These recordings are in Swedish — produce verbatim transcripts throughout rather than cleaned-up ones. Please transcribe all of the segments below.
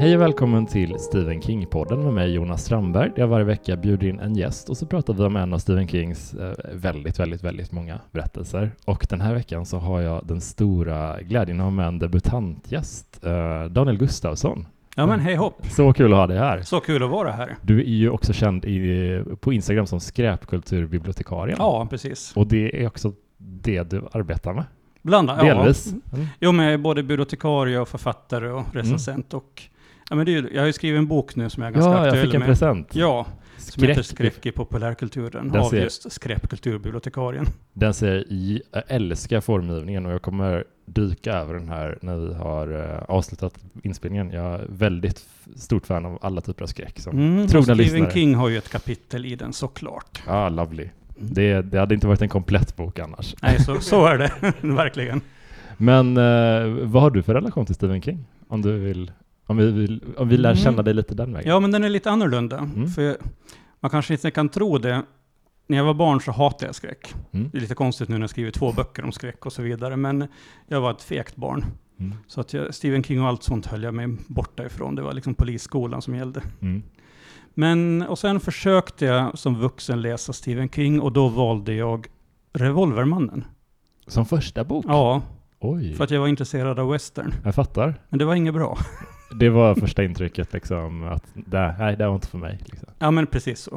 Hej och välkommen till Stephen King-podden med mig Jonas Strandberg. Jag varje vecka bjuder in en gäst och så pratar vi om en av Stephen Kings eh, väldigt, väldigt, väldigt många berättelser. Och den här veckan så har jag den stora glädjen att ha med en debutantgäst, eh, Daniel Gustafsson. Ja men hej hopp. Så kul att ha dig här. Så kul att vara här. Du är ju också känd i, på Instagram som skräpkulturbibliotekarien. Ja, precis. Och det är också det du arbetar med. Bland annat, delvis. Ja. Mm. Jo, men jag är både bibliotekarie och författare och recensent. Mm. Och, ja, men det är, jag har ju skrivit en bok nu som jag är ganska ja, aktuell med. Ja, jag fick en med. present. Ja, som Skräck. heter Skräck i populärkulturen Den av ser... just skräpkulturbibliotekarien. Den säger, jag älskar formgivningen och jag kommer dyka över den här när vi har uh, avslutat inspelningen. Jag är väldigt f- stort fan av alla typer av skräck. Som Mm, trogna lyssnare. Stephen King har ju ett kapitel i den såklart. Ja, ah, lovely. Mm. Det, det hade inte varit en komplett bok annars. Nej, så, så är det. Verkligen. Men uh, vad har du för relation till Stephen King? Om du vill... Om vi, vill, om vi lär Mm. känna dig lite den vägen. Ja, men den är lite annorlunda. Mm. För man kanske inte kan tro det. När jag var barn så hatade jag skräck. Mm. Det är lite konstigt nu när jag skriver två böcker om skräck och så vidare. Men jag var ett fegt barn. Mm. Så att jag, Stephen King och allt sånt höll jag mig borta ifrån. Det var liksom polisskolan som gällde. Mm. Men, och sen försökte jag som vuxen läsa Stephen King. Och då valde jag Revolvermannen. Som första bok? Ja. Oj. För att jag var intresserad av western. Jag fattar. Men det var inget bra. Det var första intrycket liksom, att det, nej, det var inte för mig. Liksom. Ja, men precis så.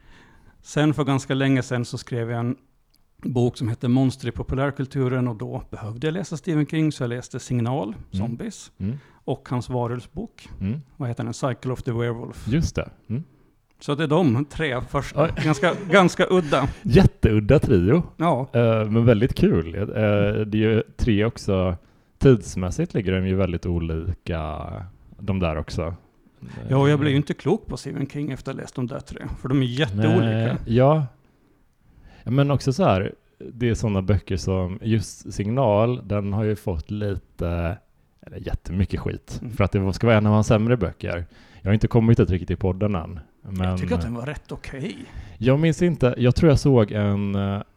Sen för ganska länge sedan så skrev jag en bok som heter Monster i populärkulturen och då behövde jag läsa Stephen King så jag läste Signal, Mm. Zombies Mm. och hans varulvsbok. Mm. Vad heter den? Cycle of the Werewolf. Just det. Mm. Så det är de tre första. Oj. Ganska, ganska udda. Jätteudda trio. Ja. Uh, men väldigt kul. Uh, det är ju tre också. Tidsmässigt ligger de ju väldigt olika, de där också. Ja, och jag blev ju inte klok på Stephen King efter att ha läst de där tre. För de är jätteolika. Nej, ja. ja. Men också så här, det är sådana böcker som just Signal, den har ju fått lite, eller jättemycket skit. Mm. För att det ska vara en av hans sämre böcker. Jag har inte kommit ett riktigt i podden än. Men jag tycker att den var rätt okej. Okay. Jag minns inte, jag tror jag såg en...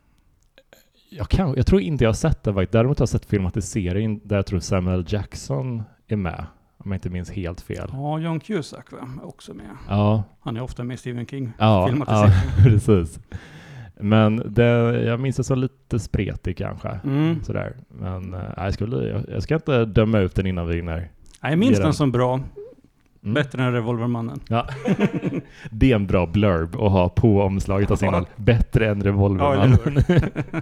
Jag, kan, jag tror inte jag har sett den. Däremot har jag sett filmatiseringen där jag tror Samuel Jackson är med. Om jag inte minns helt fel. Ja, John Cusack va? Är också med. Ja. Han är ofta med i Stephen King. Ja, filmatiseringen. ja precis. Men det, jag minns det så lite spretig kanske. Mm. Sådär. Men äh, jag, skulle, jag, jag ska inte döma ut den innan vi hinner. Nej, jag minns den som bra. Mm. Bättre än Revolvermannen. Ja. Det är en bra blurb att ha på omslaget av Signal. Bättre än Revolvermannen. Ja,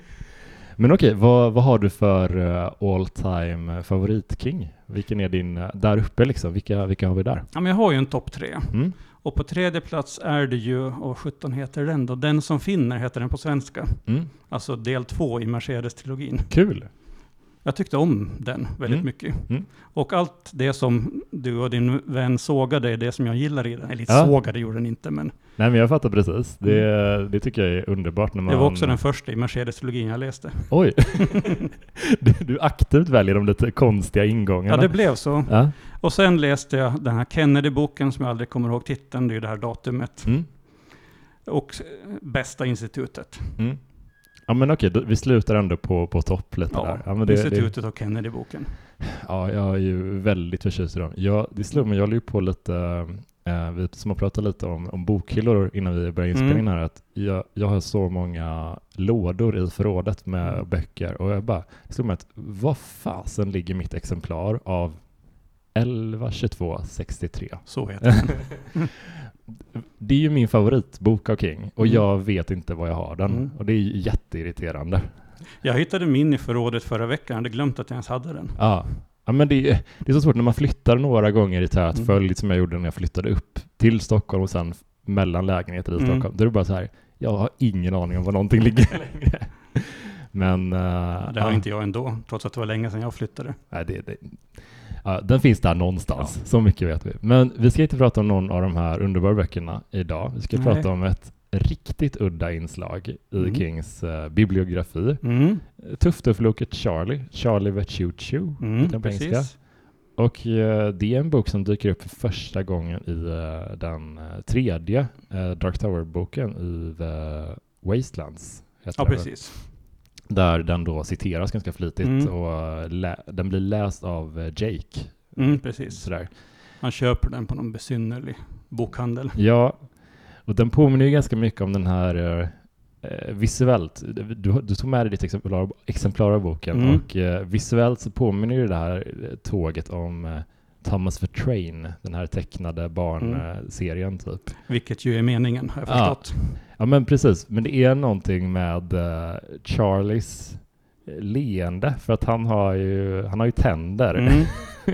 men okej, vad, vad har du för uh, all time favorit King? Vilken är din uh, där uppe liksom? Vilka, vilka har vi där? Ja, men jag har ju en topp tre. Mm. Och på tredje plats är det ju, och sjutton heter den då, Den som finner heter den på svenska. Mm. Alltså del två i Mercedes-trilogin. Kul! Jag tyckte om den väldigt mm. mycket. Mm. Och allt det som du och din vän sågade är det som jag gillar i den. Eller ja. sågade gjorde den inte, men... Nej, men jag fattar precis. Det, mm. det tycker jag är underbart. När man... Det var också den första i Mercedes-trilogin jag läste. Oj! du, du aktivt väljer de lite konstiga ingångarna. Ja, det blev så. Ja. Och sen läste jag den här Kennedy-boken som jag aldrig kommer ihåg titeln. Det är ju det här datumet. Mm. Och Bästa institutet. Mm. Ja, men okej, då, vi slutar ändå på, på topp lite ja, där. Ja, men det, institutet det... och Kennedy-boken. Ja, jag är ju väldigt förtjust i dem. Jag, det slog mig, jag håller ju på lite, äh, vi som har pratat lite om, om bokhyllor innan vi började inspelningen här, att jag, jag har så många lådor i förrådet med mm. böcker och jag bara slog mig att vad fasen ligger mitt exemplar av elva tjugotvå sextiotre? Så heter den. Det är ju min favoritbok av King och mm. jag vet inte vad jag har den mm. och det är jätteirriterande. Jag hittade min i förrådet förra veckan, jag hade glömt att jag ens hade den. Ja, ja men det är, det är så svårt när man flyttar några gånger i tät mm. följd som jag gjorde när jag flyttade upp till Stockholm och sen mellan lägenheter i Stockholm. Mm. Då är det bara så här, jag har ingen aning om var någonting ligger längre. Men, uh, det har ja. inte jag ändå, trots att det var länge sedan jag flyttade. Nej, det, det, ja, den finns där någonstans, ja. Så mycket vet vi. Men vi ska inte prata om någon av de här underbara böckerna idag. Vi ska Nej. prata om ett riktigt udda inslag i mm. Kings uh, bibliografi. Mm. Tuff-tuff-loket Charlie, Charlie Vertuccio, mm, den på engelska. Och uh, det är en bok som dyker upp för första gången i uh, den uh, tredje uh, Dark Tower-boken i The Wastelands. Ja, precis. Där den då citeras ganska flitigt mm. och lä- den blir läst av Jake. Mm, precis. Sådär. Han köper den på någon besynnerlig bokhandel. Ja, och den påminner ju ganska mycket om den här eh, visuellt. Du, du tog med dig ditt exemplar, exemplar av boken Mm. och eh, visuellt så påminner ju det här tåget om eh, Thomas the Train, den här tecknade barnserien mm. typ. Vilket ju är meningen, har jag förstått. Ja, ja men precis. Men det är någonting med uh, Charlies leende, för att han har ju, han har ju tänder. Mm.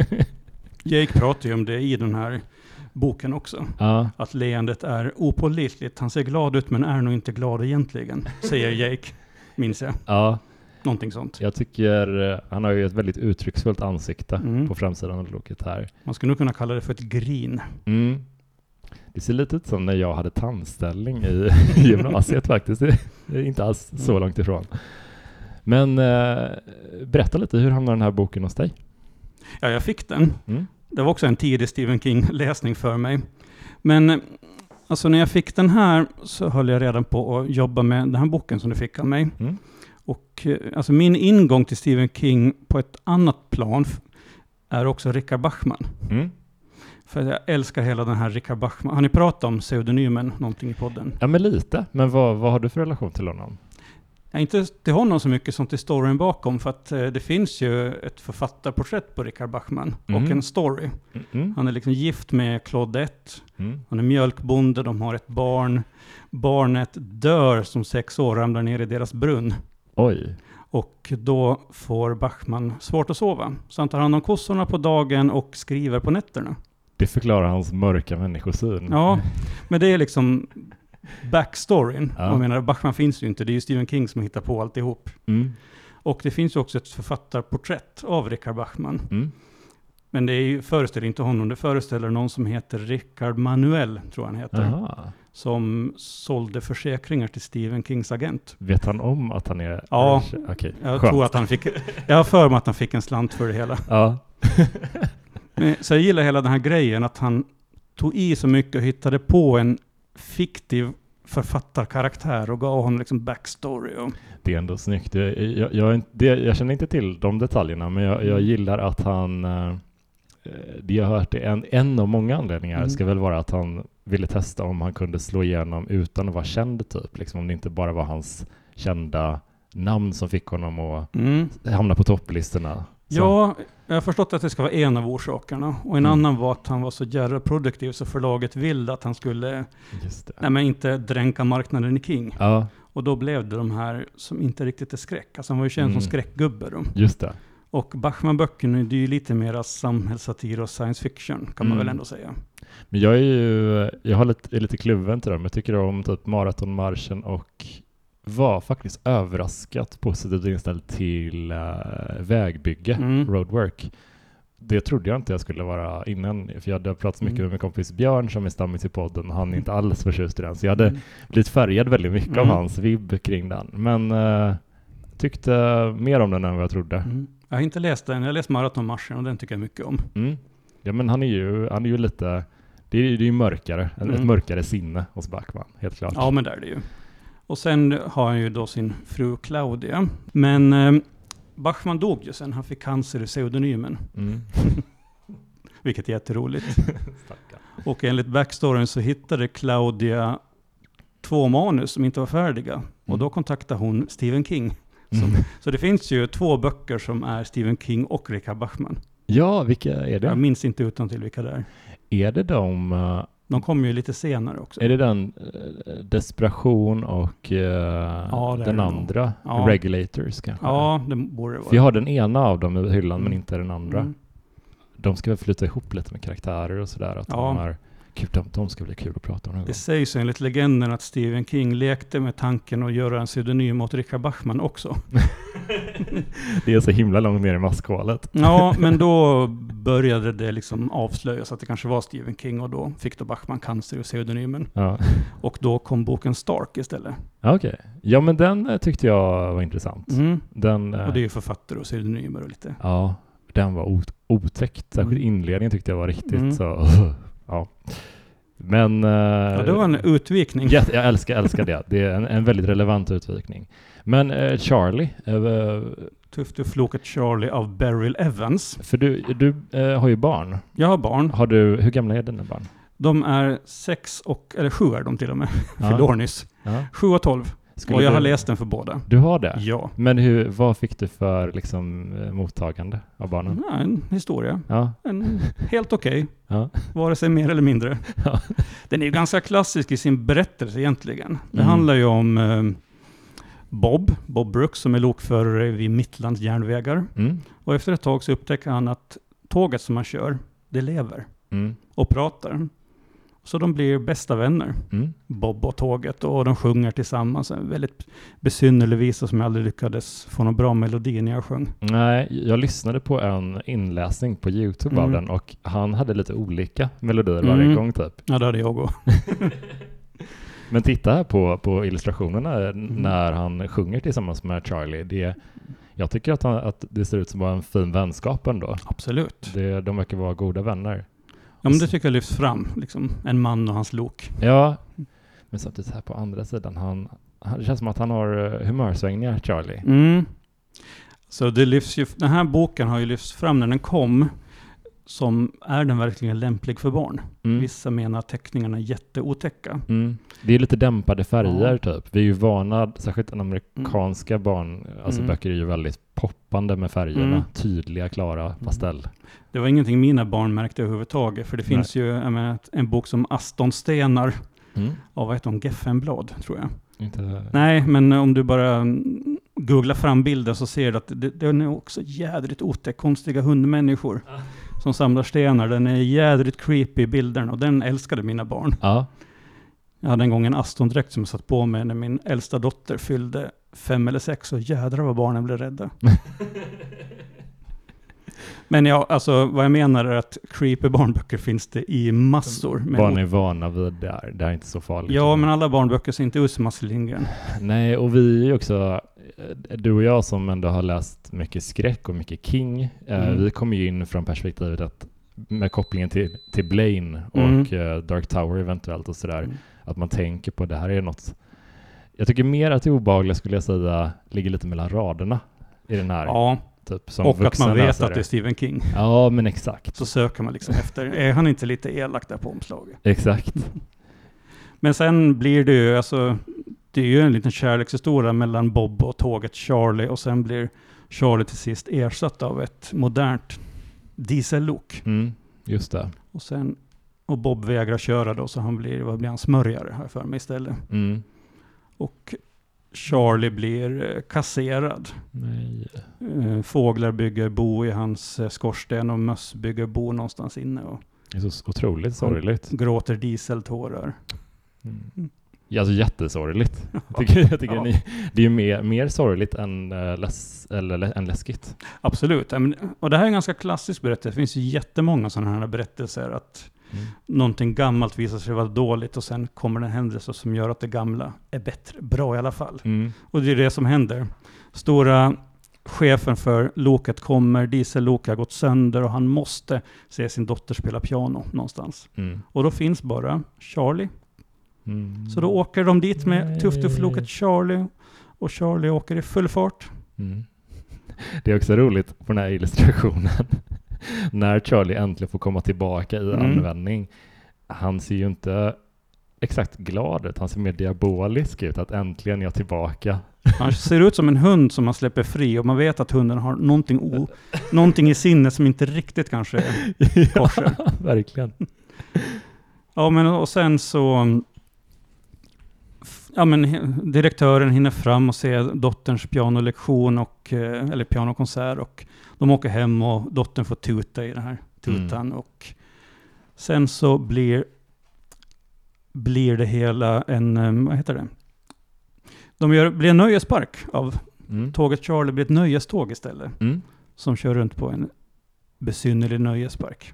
Jake pratar ju om det i den här boken också. Ja. Att leendet är opålitligt. Han ser glad ut men är nog inte glad egentligen, säger Jake, minns jag. Ja. Någonting sånt. Jag tycker, han har ju ett väldigt uttrycksfullt ansikte mm. på framsidan av loket här. Man skulle nog kunna kalla det för ett grin. Mm. Det ser lite ut som när jag hade tandställning i gymnasiet faktiskt. Det är inte alls så långt ifrån. Men eh, berätta lite, hur hamnade den här boken hos dig? Ja, jag fick den. Mm. Det var också en tidig Stephen King-läsning för mig. Men alltså när jag fick den här så höll jag redan på att jobba med den här boken som du fick av mig. Mm. Och alltså min ingång till Stephen King på ett annat plan är också Richard Bachman. Mm. För jag älskar hela den här Richard Bachman. Har ni pratat om pseudonymen någonting i podden? Ja, men lite. Men vad, vad har du för relation till honom? Ja, inte till honom så mycket som till storyn bakom, för att eh, det finns ju ett författarporträtt på Richard Bachman Mm. och en story. Mm. Han är liksom gift med Claudette. Mm. Han är mjölkbonde, de har ett barn. Barnet dör som sex år, ramlar ner i deras brunn. Oj. Och då får Bachman svårt att sova. Så han tar hand om kossorna på dagen och skriver på nätterna. Det förklarar hans mörka människosyn. Ja, men det är liksom backstoryn. Ja. Jag menar, Bachman finns ju inte, det är ju Stephen King som hittar på alltihop. Mm. Och det finns ju också ett författarporträtt av Richard Bachman. Mm. Men det är ju, föreställer inte honom, det föreställer någon som heter Richard Manuel, tror han heter. Aha. Som sålde försäkringar till Stephen Kings agent. Vet han om att han är... Ja, okay. jag Skönt. tror att han fick, jag har för mig att han fick en slant för det hela. Ja. Men, så jag gillar hela den här grejen att han tog i så mycket och hittade på en fiktiv författarkaraktär och gav honom liksom backstory. Och Det är ändå snyggt. Jag, jag, jag, det, jag känner inte till de detaljerna, men jag, jag gillar att han... Eh, det jag har hört, en, en av många anledningar Mm. ska väl vara att han ville testa om han kunde slå igenom utan att vara känd typ. Liksom om det inte bara var hans kända namn som fick honom att mm. hamna på topplistorna. Så. Ja, jag har förstått att det ska vara en av orsakerna. Och en Mm. annan var att han var så jävla produktiv så förlaget ville att han skulle Just det. nej, men inte dränka marknaden i King. Ja, Och då blev det de här som inte riktigt är skräck. Alltså han var ju känd Mm. som skräckgubbe då. just det. Och Bachman-böckerna, det är ju lite mer samhällssatir och science fiction kan man Mm. väl ändå säga. Men jag är ju jag har lite, är lite kluven till dem. Jag tycker om typ Maratonmarschen och var faktiskt överraskat positivt inställd till uh, vägbygge, Mm. roadwork. Det trodde jag inte jag skulle vara innan, för jag hade pratat mycket Mm. med min kompis Björn som är stammis i podden och han är inte alls förtjust i den. Så jag hade Mm. blivit färgad väldigt mycket av Mm. hans vibb kring den. Men uh, tyckte mer om den än vad jag trodde. Mm. Jag har inte läst den, jag har läst Maratonmarschen och den tycker jag mycket om. Mm. Ja, men han är ju, han är ju lite, det är, det är ju mörkare, Mm. ett mörkare sinne hos Bachman, helt klart. Ja, men där är det ju. Och sen har han ju då sin fru Claudia. Men eh, Bachman dog ju sen, han fick cancer i pseudonymen. Mm. Vilket är jätteroligt. Stackarn. Och enligt backstoryn så hittade Claudia två manus som inte var färdiga. Mm. Och då kontaktade hon Stephen King. Så, Mm. så det finns ju två böcker som är Stephen King och Richard Bachman. Ja, vilka är det? Jag minns inte utan till vilka det är. Är det de, uh, De kommer ju lite senare också. är det den uh, Desperation och uh, Ja, det är den det andra, nog. Ja. Regulators kanske? Ja, det borde det vara. För jag har den ena av dem i hyllan Mm. men inte den andra. Mm. De ska väl flytta ihop lite med karaktärer och sådär. Att Ja. de, är, gud, de, de ska bli kul att prata om någon Det gång. sägs enligt legenden att Stephen King lekte med tanken att göra en pseudonym åt Richard Bachman också. Det är så himla långt ner i maskhålet. Ja, men då började det liksom avslöjas att det kanske var Stephen King och då fick då Bachman cancer i pseudonymen. Ja. Och då kom boken Stark istället. Ja, okej. Ja, men den eh, tyckte jag var intressant. Mm. Den, eh, Och det är ju författare och pseudonymer och lite. ja, den var ot- otäckt. Särskilt Mm. inledningen tyckte jag var riktigt Mm. så... ja. Men... eh, Ja, det var en utvikning. ja, jag älskar, älskar det. Det är en, en väldigt relevant utvikning. Men eh, Charlie, eh, Tuff Tuff Loket Charlie av Beryl Evans. För du, du eh, har ju barn. Jag har barn. Har du, hur gamla är dina barn? De är sex och, eller sju är de till och med. Ja. Fyllde år nyss. Ja. Sju och tolv. Skulle och jag du, har läst den för båda. Du har det? Ja. Men hur, vad fick du för liksom, mottagande av barnen? Ja, en historia. Ja. En, helt okej. Okay. Ja. Vare sig mer eller mindre. Ja. Den är ju ganska klassisk i sin berättelse egentligen. Det Mm. handlar ju om eh, Bob, Bob Brooks, som är lokförare vid Mittlands järnvägar. Mm. Och efter ett tag så upptäcker han att tåget som han kör, det lever Mm. och pratar. Så de blir bästa vänner, Mm. Bob och tåget, och de sjunger tillsammans. En väldigt besynnerlig visa som jag aldrig lyckades få någon bra melodi när jag sjöng. Nej, jag lyssnade på en inläsning på YouTube Mm. av den och han hade lite olika melodier Mm. varje gång typ. Ja, det hade jag också. Men titta här på, på illustrationerna Mm. när han sjunger tillsammans med Charlie. Det, jag tycker att, han, att det ser ut som en fin vänskap ändå. Absolut. Det, de verkar vara goda vänner. Ja, men det tycker jag lyfts fram. Liksom, en man och hans lok. Ja, men samtidigt här på andra sidan, han, han, det känns som att han har uh, humörsvängningar, Charlie. Mm. Så det lyfts ju, den här boken har ju lyfts fram när den kom, som är den verkligen lämplig för barn. Mm. Vissa menar att teckningarna är jätteotäcka. Mm. Det är lite dämpade färger Ja. typ. Vi är ju vana, särskilt den amerikanska Mm. barn, alltså Mm. böcker är ju väldigt poppande med färgerna. Mm. Tydliga, klara, pastell. Det var ingenting mina barn märkte överhuvudtaget, för det Nej. finns ju jag menar, en bok som Aston Stenar Mm. av vad heter hon? Geffenblad, tror jag. Inte... Nej, men om du bara mm, googlar fram bilden så ser du att det, den är också jädrigt otäck, konstiga hundmänniskor som samlar stenar. Den är jädrigt creepy, bilden, och den älskade mina barn. Ja. Jag hade en gång en Aston-dräkt som jag satt på mig när min äldsta dotter fyllde fem eller sex, och jädrar vad barnen blev rädda. Men ja, alltså vad jag menar är att creepy barnböcker finns det i massor. Men Barn är vana vid det här. Det här är inte så farligt. ja, men alla barnböcker ser inte ut som Astrid Lindgren. Nej, och vi är ju också, du och jag som ändå har läst mycket skräck och mycket King, eh, Mm. vi kommer ju in från perspektivet att med kopplingen till, till Blaine och Mm. eh, Dark Tower eventuellt och sådär, Mm. att man tänker på det här är något. Jag tycker mer att det obehagliga skulle jag säga ligger lite mellan raderna i den här. Ja, Typ, som och att vuxen man vet läsare. att det är Stephen King. Ja, men exakt. Så söker man liksom efter, är han inte lite elak där på omslaget? Exakt. Men sen blir det ju, alltså, det är ju en liten kärlekshistoria mellan Bob och tåget Charlie, och sen blir Charlie till sist ersatt av ett modernt diesellok. Mm, just det. Och sen, och Bob vägrar köra då, så han blir, vad blir han, smörjare här för mig istället. Mm. Och Charlie blir eh, kasserad. Nej. Eh, Fåglar bygger bo i hans eh, skorsten, och möss bygger bo någonstans inne och Det är så otroligt sorgligt. gråter dieseltårar. Mm. Ja, alltså jättesorgligt. Jag tycker, jag tycker Ja. ni, det är mer, mer sorgligt än, äh, läs, eller, lä- än läskigt. Absolut. Ja, men- Och det här är en ganska klassisk berättelse. Det finns ju jättemånga sådana här berättelser, att Mm. någonting gammalt visar sig vara dåligt, och sen kommer en händelse som gör att det gamla är bättre, bra i alla fall. Mm. Och det är det som händer. Stora chefen för loket kommer, dieselloket har gått sönder, och han måste se sin dotter spela piano någonstans. Mm. Och då finns bara Charlie. Mm. Så då åker de dit med Nej. Tuff Tuff Loket Charlie, och Charlie åker i full fart. Mm. Det är också roligt på den här illustrationen. När Charlie äntligen får komma tillbaka i Mm. användning. Han ser ju inte exakt glad ut. Han ser mer diabolisk ut. Att äntligen är jag tillbaka. Han ser ut som en hund som man släpper fri, och man vet att hunden har någonting, o, någonting i sinnet som inte riktigt kanske är korser. Ja, verkligen. Ja, men och sen så ja, men he- direktören hinner fram och ser dotterns pianolektion och eh, eller pianokonsert, och de åker hem och dottern får tuta i den här tutan, Mm. och sen så blir blir det hela en eh, vad heter det? De gör blir en nöjespark av Mm. tåget Charlie, blir ett nöjeståg istället Mm. som kör runt på en besynnerlig nöjespark.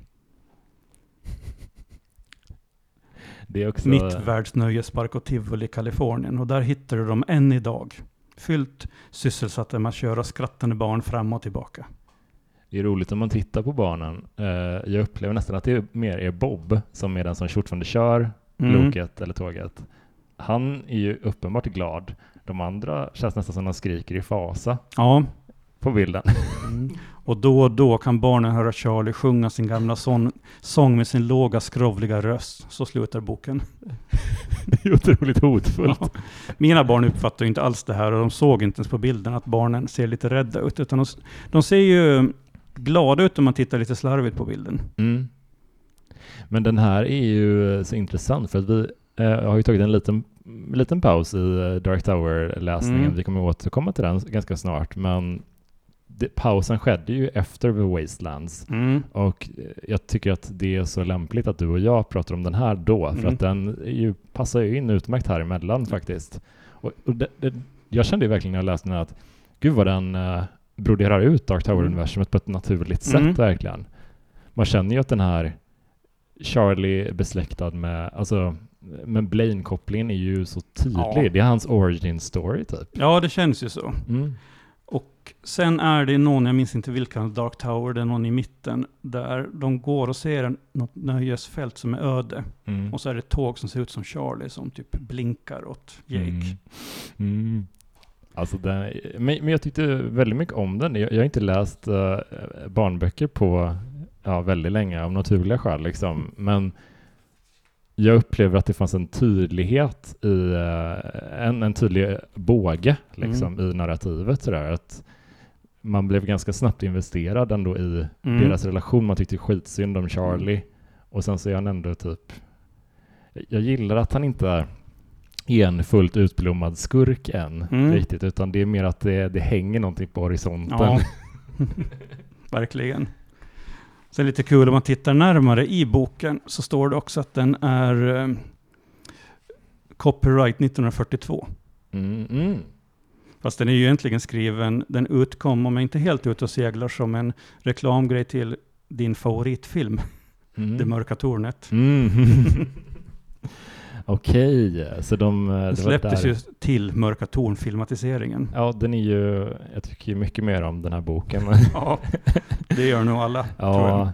Det är också... Mittvärldsnöjespark och Tivoli i Kalifornien. Och där hittar de än idag. Fyllt sysselsatta med att köra skrattande barn fram och tillbaka. Det är roligt om man tittar på barnen. Eh, jag upplever nästan att det är mer är Bob som är den som fortfarande kör Mm. loket eller tåget. Han är ju uppenbart glad. De andra känns nästan som de skriker i fasa. Ja, på bilden. Mm. Och då och då kan barnen höra Charlie sjunga sin gamla sång, sång med sin låga skrovliga röst. Så slutar boken. Det är otroligt hotfullt. Ja. Mina barn uppfattar ju inte alls det här och de såg inte ens på bilden att barnen ser lite rädda ut. Utan de, de ser ju glada ut om man tittar lite slarvigt på bilden. Mm. Men den här är ju så intressant för att vi eh, har ju tagit en liten, liten paus i Dark Tower-läsningen. Mm. Vi kommer återkomma till den ganska snart, men det, pausen skedde ju efter The Wastelands. Mm. Och jag tycker att det är så lämpligt att du och jag pratar om den här då, för mm. att den ju, passar ju in utmärkt här emellan faktiskt. Och, och det, det, jag kände ju verkligen när jag läste den att gud vad den eh, broderar ut Dark Tower-universumet på ett naturligt sätt mm. verkligen. Man känner ju att den här Charlie besläktad med, alltså, men Blaine-kopplingen är ju så tydlig. Ja. Det är hans origin story typ. Ja, det känns ju så. Mm. Och sen är det någon, jag minns inte vilken Dark Tower, det är någon i mitten, där de går och ser något nöjesfält som är öde. Mm. Och så är det ett tåg som ser ut som Charlie som typ blinkar åt Jake. Mm. Mm. Alltså den, men, men jag tyckte väldigt mycket om den. Jag, jag har inte läst uh, barnböcker på ja, väldigt länge av naturliga skäl liksom. Men jag upplever att det fanns en tydlighet i uh, en, en tydlig båge liksom, mm. i narrativet sådär, att man blev ganska snabbt investerad ändå i mm. deras relation. Man tyckte skitsynd om Charlie mm. och sen så är han ändå typ, jag gillar att han inte är en fullt utblommad skurk än mm. riktigt, utan det är mer att det, det hänger någonting på horisonten. Ja. Verkligen. Så lite kul om man tittar närmare i boken så står det också att den är eh, copyright nittonhundrafyrtiotvå. Mm, mm. Fast den är ju egentligen skriven, den utkom, om jag inte helt ute och seglar, som en reklamgrej till din favoritfilm, mm. Det mörka tornet. Mm. Okej, så de... Den släpptes ju till Mörka Torn-filmatiseringen. Ja, den är ju... Jag tycker ju mycket mer om den här boken. Ja, det gör nog alla, ja. tror jag.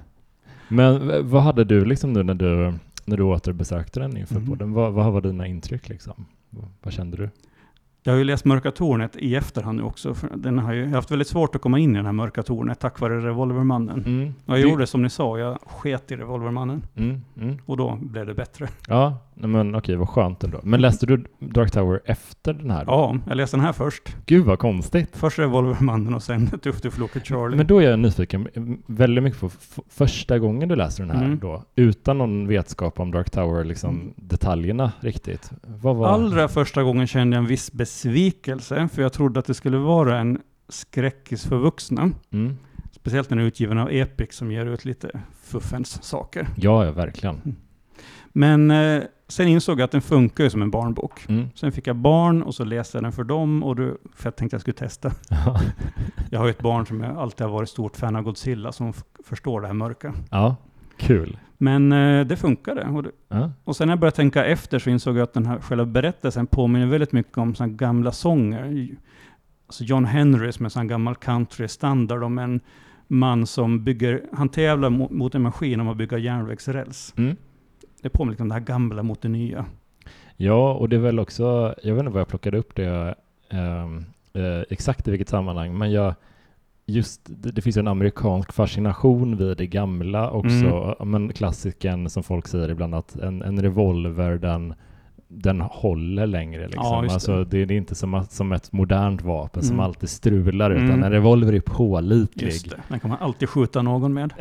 Men vad hade du liksom nu när du, när du återbesökte den inför mm. på den? Vad, vad var dina intryck liksom? Vad kände du? Jag har ju läst Mörka Tornet i efterhand nu också. För den har ju, jag har haft väldigt svårt att komma in i den här Mörka Tornet tack vare Revolvermannen. Mm. Jag det... gjorde som ni sa, jag sket i Revolvermannen. Mm. Mm. Och då blev det bättre. Ja, men okej, vad skönt ändå. Men läste du Dark Tower efter den här? Då? Ja, jag läste den här först. Gud vad konstigt. Först Revolvermannen och sen Tuff Tuff Loke Charlie. Men då är jag nyfiken väldigt mycket på f- första gången du läste den här mm. då. Utan någon vetskap om Dark Tower, liksom mm. detaljerna riktigt. Vad var... Allra första gången kände jag en viss besvikelse, för jag trodde att det skulle vara en skräckis för vuxna. Mm. Speciellt när den är utgiven av Epic som ger ut lite fuffens saker. Ja, ja verkligen. Mm. Men eh, sen insåg jag att den funkar ju som en barnbok. Mm. Sen fick jag barn och så läste jag den för dem, och då, för jag tänkte jag skulle testa. Jag har ju ett barn som jag alltid har varit stort fan av Godzilla, som f- förstår det här mörka. Ja, kul. Men eh, det funkade. Och, det, ja. och sen när jag började tänka efter så insåg jag att den här själva berättelsen påminner väldigt mycket om såna gamla sånger. Alltså John Henry som är en sån gammal country-standard om en man som bygger, han tävlar mot, mot en maskin om att bygga järnvägsräls. Mm. Det påminner liksom det här gamla mot det nya. Ja, och det är väl också, jag vet inte vad jag plockade upp det eh, eh, exakt i vilket sammanhang, men jag just, det, det finns en amerikansk fascination vid det gamla också, mm. men klassiken som folk säger ibland, att en, en revolver den, den håller längre liksom. Ja, det. Alltså, det, det är inte som, att, som ett modernt vapen mm. som alltid strular, utan mm. en revolver är pålitlig. Just det, den kan man alltid skjuta någon med.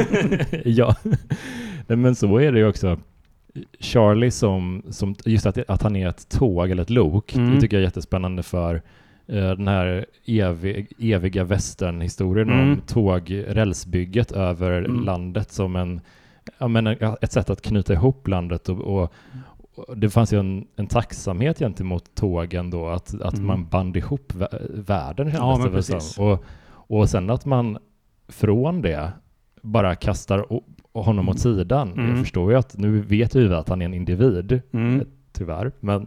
Ja, men så är det ju också. Charlie som, som just att, att han är ett tåg eller ett lok, mm. det tycker jag är jättespännande för uh, den här evig, eviga västernhistorien mm. om tågrälsbygget över mm. landet som en, ja, men, ett sätt att knyta ihop landet, och, och, och det fanns ju en, en tacksamhet gentemot tågen då, att, att mm. man band ihop vä- världen. Ja, men precis. Och, och sen att man från det bara kastar o- och honom åt sidan. Mm. Jag förstår ju att, nu vet jag ju att han är en individ, mm. tyvärr, men,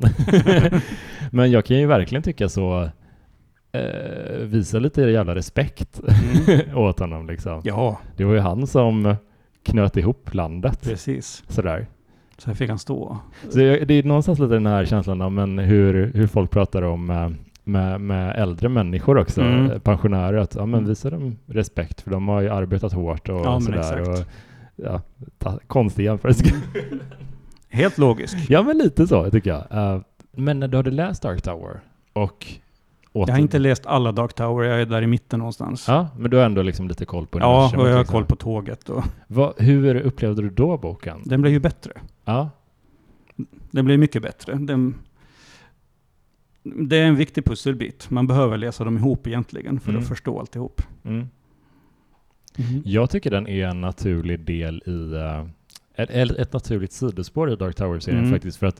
men jag kan ju verkligen tycka så, eh, visa lite jävla respekt mm. åt honom liksom. Ja. Det var ju han som knöt ihop landet. Precis. Sådär. Så här fick han stå. Så det är någonstans lite den här känslan av men hur, hur folk pratar om eh, med, med äldre människor också, Mm. pensionärer, att ja, men visa dem respekt för de har ju arbetat hårt och Ja, men sådär. exakt. Och, ja, ta, konstig jämförelse. Mm. Helt logisk. Ja, men lite så tycker jag. Uh, men när du hade läst Dark Tower och åter... Jag har inte läst alla Dark Tower, jag är där i mitten någonstans. Ja, men du har ändå liksom lite koll på Ja, universumet, och jag har liksom. koll på tåget. Och Vad, hur upplevde du då boken? den blev ju bättre. Ja. Den blev mycket bättre. Den, det är en viktig pusselbit. Man behöver läsa dem ihop egentligen för Mm. att förstå alltihop. Mm. Mm. Jag tycker den är en naturlig del i uh, ett, ett naturligt sidospår i Dark Tower-serien Mm. faktiskt, för att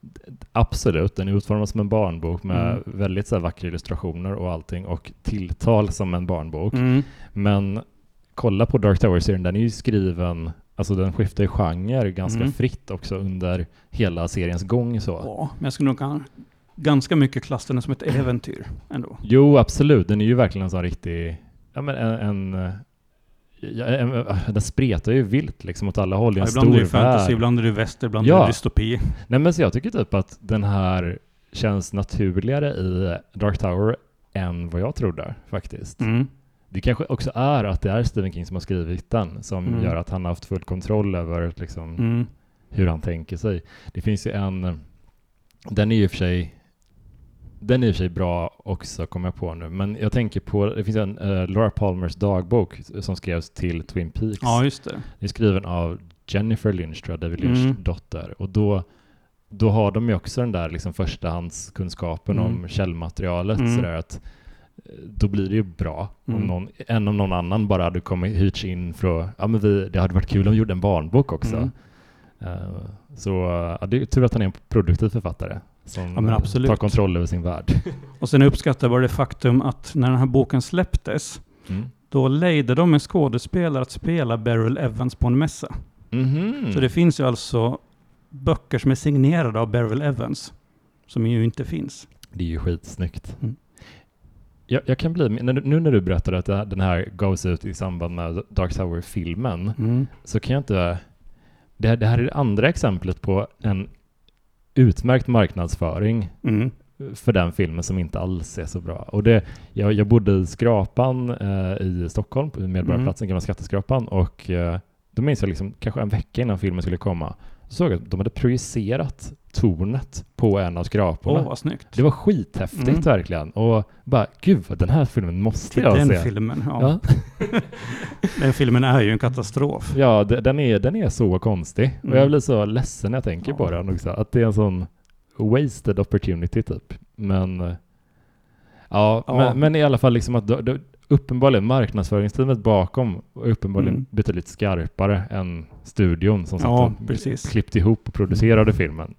absolut, den är utformad som en barnbok med Mm. väldigt så här, vackra illustrationer och allting och tilltal som en barnbok. Mm. Men kolla på Dark Tower-serien, den är ju skriven, alltså den skiftar ju genre ganska Mm. fritt också under hela seriens gång så. Ja, men jag skulle nog kan, ganska mycket klassa den som ett äventyr ändå. Jo, absolut. Den är ju verkligen en sån riktig, ja men en, en ja, en, den spretar ju vilt liksom åt alla håll. Det är en Ja, ibland är stor det fantasy, värld. ibland är det väster, ibland Ja. är det dystopi. Nej, men så jag tycker typ att den här känns naturligare i Dark Tower än vad jag trodde faktiskt. Mm. Det kanske också är att det är Stephen King som har skrivit den som Mm. gör att han har haft full kontroll över liksom, Mm. hur han tänker sig. Det finns ju en, den är ju i och för sig den är i och för sig bra också, kommer jag på nu. Men jag tänker på, det finns en uh, Laura Palmers dagbok som skrevs till Twin Peaks. Ja, just det. Det är skriven av Jennifer Lynch, tror jag, David Lynchs Mm. dotter. Och då, då har de ju också den där liksom förstahandskunskapen Mm. om källmaterialet. Mm. Sådär att, eh, då blir det ju bra. Mm. Om någon, än om någon annan bara hade kommit hyrts in för, ja men vi, det hade varit kul om vi gjorde en barnbok också. Mm. Uh, så ja, det är tur att han är en produktiv författare som Ja, men absolut. tar kontroll över sin värld. Och sen uppskattar jag bara det faktum att när den här boken släpptes, Mm. då lejde de en skådespelare att spela Beryl Evans på en mässa. Mhm. Så det finns ju alltså böcker som är signerade av Beryl Evans, som ju inte finns. Det är ju skitsnyggt. Mm. Jag, jag kan bli, när, du- nu när du berättade att det här- den här gavs ut i samband med Dark Tower-filmen, Mm. så kan jag inte... Det här, det här är det andra exemplet på en utmärkt marknadsföring Mm. för den filmen som inte alls är så bra. Och det, jag, jag bodde i Skrapan eh, i Stockholm, på Medborgarplatsen, gamla Skatteskrapan, och eh, då minns jag liksom, kanske en vecka innan filmen skulle komma, så såg jag att de hade projicerat tornet på en av skraporna. Åh, vad snyggt. Det var skithäftigt Mm. verkligen. Och bara, gud, vad den här filmen måste Till jag den se. filmen, ja. Ja, Den filmen är ju en katastrof. ja de- den, är, den är så konstig. Och Mm. jag blir så ledsen när jag tänker Ja. på den också. Att det är en sån wasted opportunity typ. Men eh, ja, Ja. Men, men i alla fall liksom att då, då, uppenbarligen marknadsföringsteamet bakom var uppenbarligen Mm. betydligt skarpare än studion som satt Ja, och precis. klippte ihop och producerade filmen.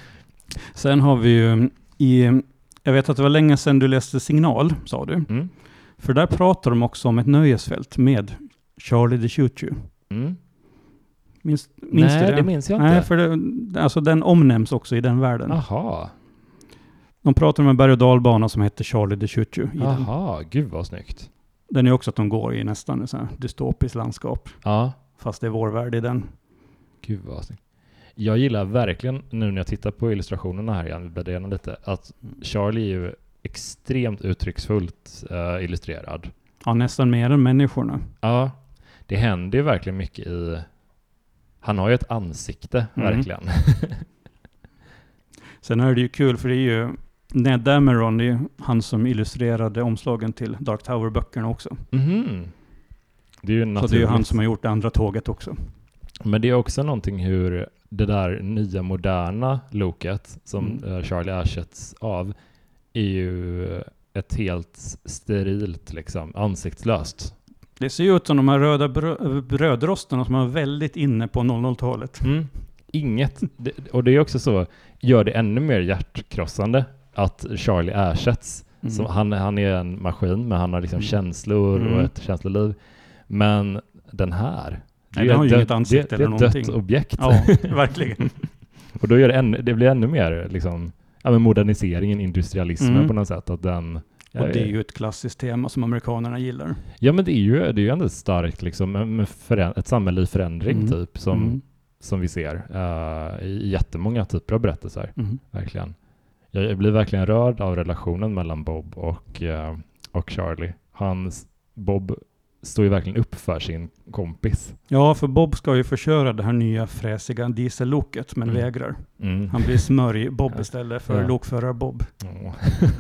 Sen har vi ju i... Jag vet att det var länge sedan du läste Signal, sa du. Mm. För där pratar de också om ett nöjesfält med Charlie the Choo-Choo. Mm. Minns, minns Nej, du det? det minns jag inte. Nej, för det, alltså den omnämns också i den världen. Aha, De pratar om en berg- och dalbana som heter Charlie the Choo-Choo i den. aha, gud vad snyggt. Den är också att de går i nästan ett så här dystopiskt landskap. Ja, Fast det är vår värld i den. gud vad snyggt. Jag gillar verkligen, nu när jag tittar på illustrationerna här igen, vi bläddrar igenom lite, att Charlie är ju extremt uttrycksfullt uh, illustrerad. Ja, nästan mer än människorna. Ja, det händer ju verkligen mycket i... Han har ju ett ansikte, Mm. verkligen. Sen är det ju kul för det är ju Ned Dameron, det är ju han som illustrerade omslagen till Dark Tower-böckerna också. Mhm. Det är ju Så det är ju naturligt. han som har gjort det andra tåget också. Men det är också någonting hur det där nya moderna loket som Mm. eh, Charlie ersätts av är ju ett helt sterilt, liksom, ansiktslöst. Det ser ju ut som de här röda brö- brödrosterna som var väldigt inne på noll noll-talet. Mm. Inget, det, och det är också så, gör det ännu mer hjärtkrossande att Charlie ersätts. Mm. Som, han, han är en maskin, men han har liksom Mm. känslor Mm. och ett känsloliv. Men den här, det Nej, är den har ju ett inget dött- ansikte det, eller det är ett dött någonting. objekt. Ja, verkligen. Och då gör det, ännu, det blir ännu mer liksom, ja, men moderniseringen, industrialismen Mm. på något sätt. Att den, ja, Och det är ju ett klassiskt tema som amerikanerna gillar. ja, men det är ju, det är ju ändå starkt liksom, med, med förä- ett samhälle i förändring Mm. typ, som, Mm. som vi ser uh, i jättemånga typer av berättelser. Mm. Verkligen. jag blir verkligen rörd av relationen mellan Bob och, uh, och Charlie. Hans, Bob står ju verkligen upp för sin kompis. Ja, för Bob ska ju försköra det här nya fräsiga dieselloket, men Mm. vägrar. Mm. Han blir smörj-Bob istället för Ja. lokförar-Bob. Oh.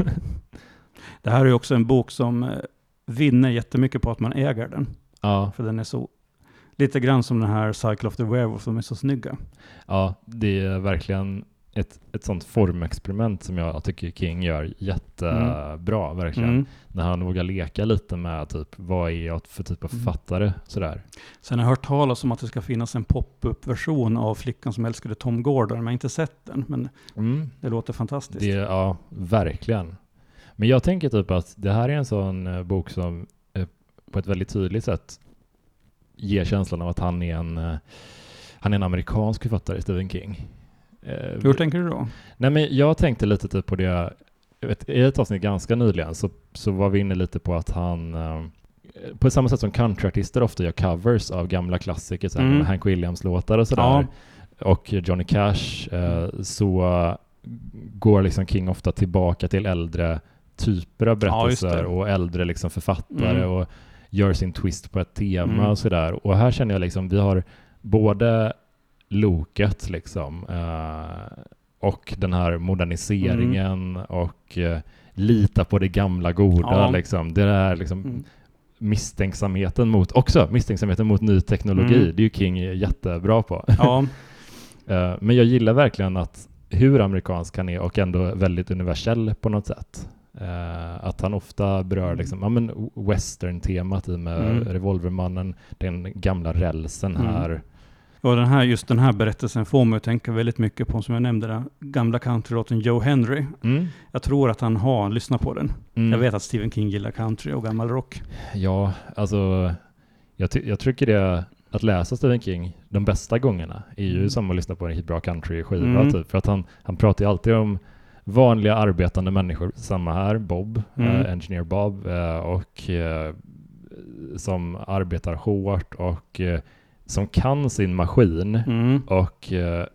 Det här är ju också en bok som eh, vinner jättemycket på att man äger den. Ja. För den är så, lite grann som den här Cycle of the Werewolf, som är så snygga. Ja, det är verkligen ett, ett sånt formexperiment som jag tycker King gör jättebra, mm. verkligen. Mm. När han vågar leka lite med typ, vad är jag för typ av författare, mm. sådär. Sen har jag hört talas om att det ska finnas en pop-up-version av Flickan som älskade Tom Gordon. Men jag har inte sett den, men mm. det låter fantastiskt. Det, ja, verkligen. Men jag tänker typ att det här är en sån uh, bok som uh, på ett väldigt tydligt sätt ger känslan av att han är en, uh, han är en amerikansk författare, Stephen King. Uh, Hur tänker du då? Nej, men jag tänkte lite typ på det, jag vet, i ett avsnitt ganska nyligen så, så var vi inne lite på att han, uh, på samma sätt som countryartister ofta gör covers av gamla klassiker, så mm. Hank Williams-låtar och sådär, ja. Och Johnny Cash, uh, så uh, går liksom King ofta tillbaka till äldre typer av berättelser, ja, och äldre liksom författare, mm. och gör sin twist på ett tema, mm. och sådär. Och här känner jag liksom, vi har både loket liksom, uh, och den här moderniseringen, mm. och uh, lita på det gamla goda, ja. liksom. Det är liksom mm. misstänksamheten mot, också misstänksamheten mot ny teknologi. Mm. Det är ju King jättebra på. Ja. uh, men jag gillar verkligen att hur amerikansk han är och ändå väldigt universell på något sätt. Uh, att han ofta berör mm. liksom, ja, men western-temat i med mm. Revolvermannen, den gamla rälsen mm. här. Och den här, just den här berättelsen får mig att tänka väldigt mycket på, som jag nämnde, den gamla countrylåten Joe Henry. Mm. Jag tror att han har lyssnat på den. Mm. Jag vet att Stephen King gillar country och gammal rock. Ja, alltså jag, ty- jag tycker det, att läsa Stephen King de bästa gångerna är ju mm. som att lyssna på en riktigt bra country-skiva, mm. typ. För att han, han pratar ju alltid om vanliga arbetande människor, samma här, Bob, mm. uh, Engineer Bob, uh, och uh, som arbetar hårt och uh, som kan sin maskin. Mm. Och uh,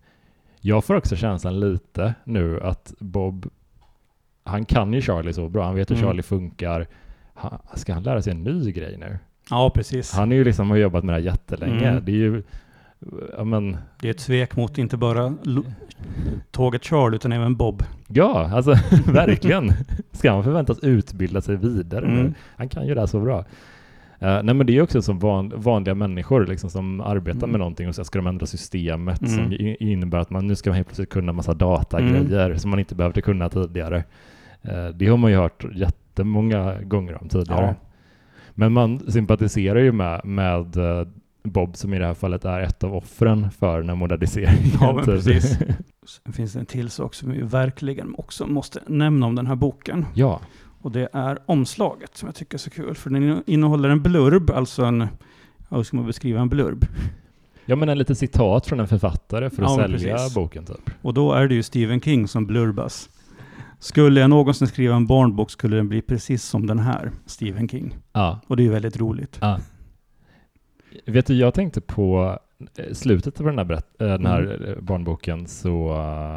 jag får också känslan lite nu att Bob, han kan ju Charlie så bra, han vet hur mm. Charlie funkar. Han, ska han lära sig en ny grej nu? Ja, precis. Han är ju liksom, har jobbat med det här jättelänge. Mm. Det är ju, ja, men, det är ett svek mot inte bara lo- tåget Charlie utan även Bob. Ja, alltså verkligen. Ska han förväntas utbilda sig vidare mm. nu? Han kan ju det här så bra. Uh, nej, men det är också som van, vanliga människor liksom, som arbetar mm. med någonting, och så ska de ändra systemet mm. som i, innebär att man nu ska man helt plötsligt kunna massa datagrejer mm. som man inte behövde kunna tidigare. Uh, det har man ju hört jättemånga gånger om tidigare. Ja. Men man sympatiserar ju med, med uh, Bob, som i det här fallet är ett av offren för den här moderniseringen. Ja, men precis. Sen finns det en till sak som vi verkligen också måste nämna om den här boken. Ja. Och det är omslaget som jag tycker är så kul. För den innehåller en blurb, alltså en, hur ska man beskriva en blurb? Ja, men en liten citat från en författare för att ja, sälja precis. boken typ. Och då är det ju Stephen King som blurbas. Skulle jag någonsin skriva en barnbok skulle den bli precis som den här, Stephen King. Ja. Och det är ju väldigt roligt. Ja. Vet du, jag tänkte på slutet av den här, berätt- äh, den här mm. barnboken, så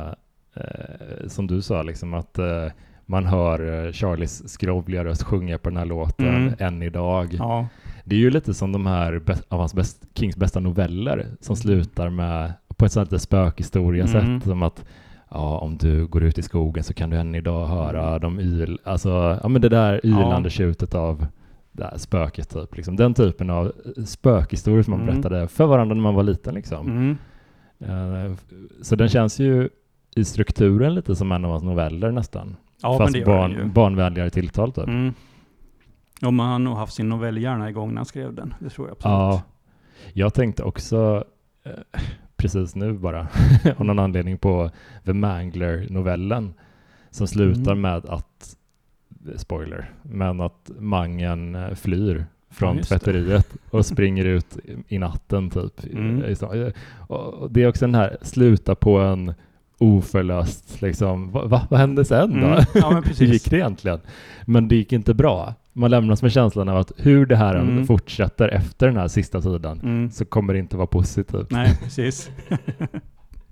äh, som du sa, liksom att äh, man hör Charlies skrovliga röst sjunga på den här låten mm. än idag. Ja. Det är ju lite som de här be- av hans bäst, Kings bästa noveller som mm. slutar med på ett sånt här spökhistoria mm. sätt, som att ja, om du går ut i skogen så kan du än idag höra mm. de yl, alltså, ja, men det där ylande ja. tjutet av det här spöket typ. Liksom. Den typen av spökhistorier som man mm. berättade för varandra när man var liten. Liksom. Mm. Uh, så den känns ju i strukturen lite som en av hans noveller nästan. Ja, fast barn, barnvänligare tilltal typ. Mm. Ja, man har nog haft sin novellhjärna igång när han skrev den. Det tror jag absolut. Ja, jag tänkte också eh, precis nu bara av någon anledning på The Mangler-novellen som slutar mm. med att, spoiler, men att Mangen flyr från ja, tvätteriet och springer ut i natten typ. Mm. Och det är också den här, sluta på en oförlöst liksom, va, va, vad hände sen då? Mm. Ja, men precis. Hur gick det egentligen? Men det gick inte bra. Man lämnas med känslan av att hur det här mm. fortsätter efter den här sista sidan mm. så kommer det inte vara positivt. Nej, precis.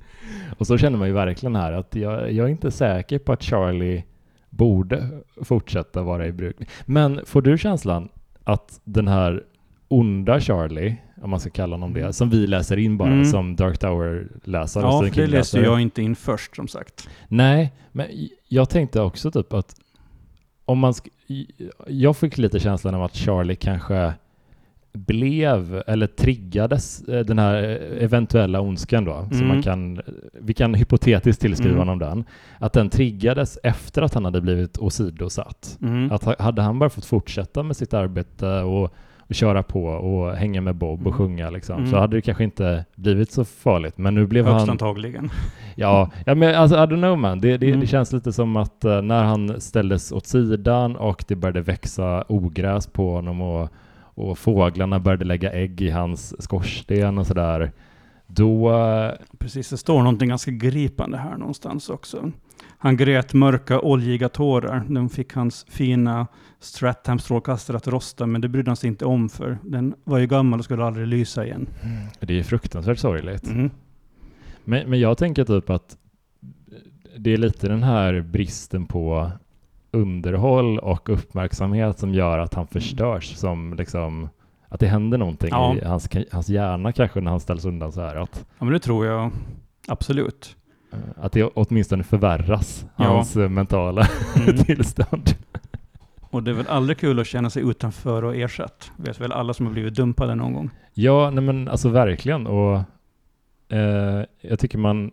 Och så känner man ju verkligen här att jag, jag är inte säker på att Charlie borde fortsätta vara i bruk. Men får du känslan att den här onda Charlie, om man ska kalla honom det, som vi läser in bara, mm. som Dark Tower-läsare. Ja, för det läste jag inte in först, som sagt. Nej, men jag tänkte också typ att om man sk- jag fick lite känslan av att Charlie kanske blev eller triggades den här eventuella ondskan då, mm. så man kan, vi kan hypotetiskt tillskriva mm. honom den, att den triggades efter att han hade blivit åsidosatt. Mm. Att hade han bara fått fortsätta med sitt arbete och och köra på och hänga med Bob och mm. sjunga liksom. Mm. Så hade det kanske inte blivit så farligt. Men nu blev han... antagligen. Ja, ja, men alltså I don't know man. Det, det, mm. det känns lite som att uh, när han ställdes åt sidan och det började växa ogräs på honom och, och fåglarna började lägga ägg i hans skorsten och sådär. Då... Uh... Precis, det står någonting ganska gripande här någonstans också. Han grät mörka, oljiga tårar. De fick hans fina Stratham-strålkastare att rosta, men det brydde han sig inte om, för den var ju gammal och skulle aldrig lysa igen. Mm. Det är fruktansvärt sorgligt. Mm. Men, men jag tänker typ att det är lite den här bristen på underhåll och uppmärksamhet som gör att han förstörs, som liksom... Att det händer någonting ja. i hans, hans hjärna kanske när han ställs undan så här. Att, ja, men det tror jag absolut. Att det åtminstone förvärras, ja. hans mentala mm. tillstånd. Och det är väl aldrig kul att känna sig utanför och ersatt. Vet väl alla som har blivit dumpade någon gång. Ja, nej men alltså verkligen. Och eh, jag tycker man...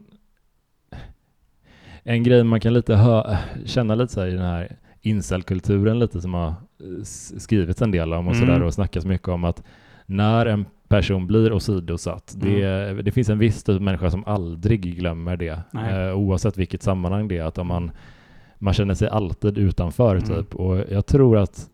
En grej man kan lite hö- känna lite så här i den här incel-kulturen lite som har skrivits en del om och mm. sådär och snackas mycket om att när en person blir åsidosatt, mm. det, det finns en viss typ av människa som aldrig glömmer det, eh, oavsett vilket sammanhang det är, att om man, man känner sig alltid utanför mm. typ, och jag tror att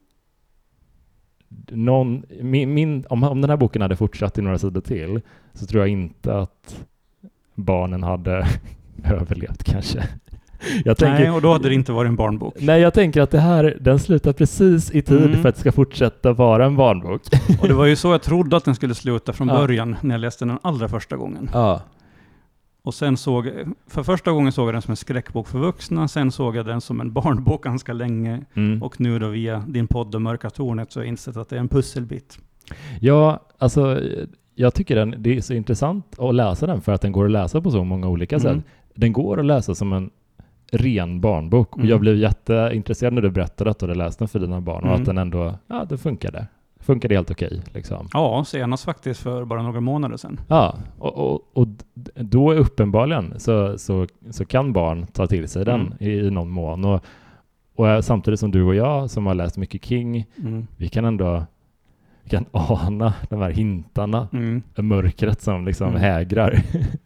någon, min, min, om, om den här boken hade fortsatt i några sidor till så tror jag inte att barnen hade överlevt kanske. Jag tänker, nej, och då hade det inte varit en barnbok. Nej, jag tänker att det här, den slutar precis i tid mm. för att det ska fortsätta vara en barnbok. Och det var ju så jag trodde att den skulle sluta från ja. början när jag läste den allra första gången. Ja. Och sen såg, för första gången såg jag den som en skräckbok för vuxna, sen såg jag den som en barnbok ganska länge. Mm. Och nu då via din podd och Mörka tornet så har jag insett att det är en pusselbit. Ja, alltså jag tycker den, det är så intressant att läsa den för att den går att läsa på så många olika mm. sätt. Den går att läsa som en ren barnbok. Mm. Och jag blev jätteintresserad när du berättade att du hade läst den för dina barn och mm. att den ändå, ja, det funkade. Funkade helt okej, liksom. Ja, senast faktiskt för bara några månader sedan. Ja, och, och, och då uppenbarligen så, så, så kan barn ta till sig den mm. i, i någon mån. Och, och samtidigt som du och jag som har läst mycket King, mm. vi kan ändå vi kan ana de här hintarna, mm. mörkret som liksom mm. hägrar.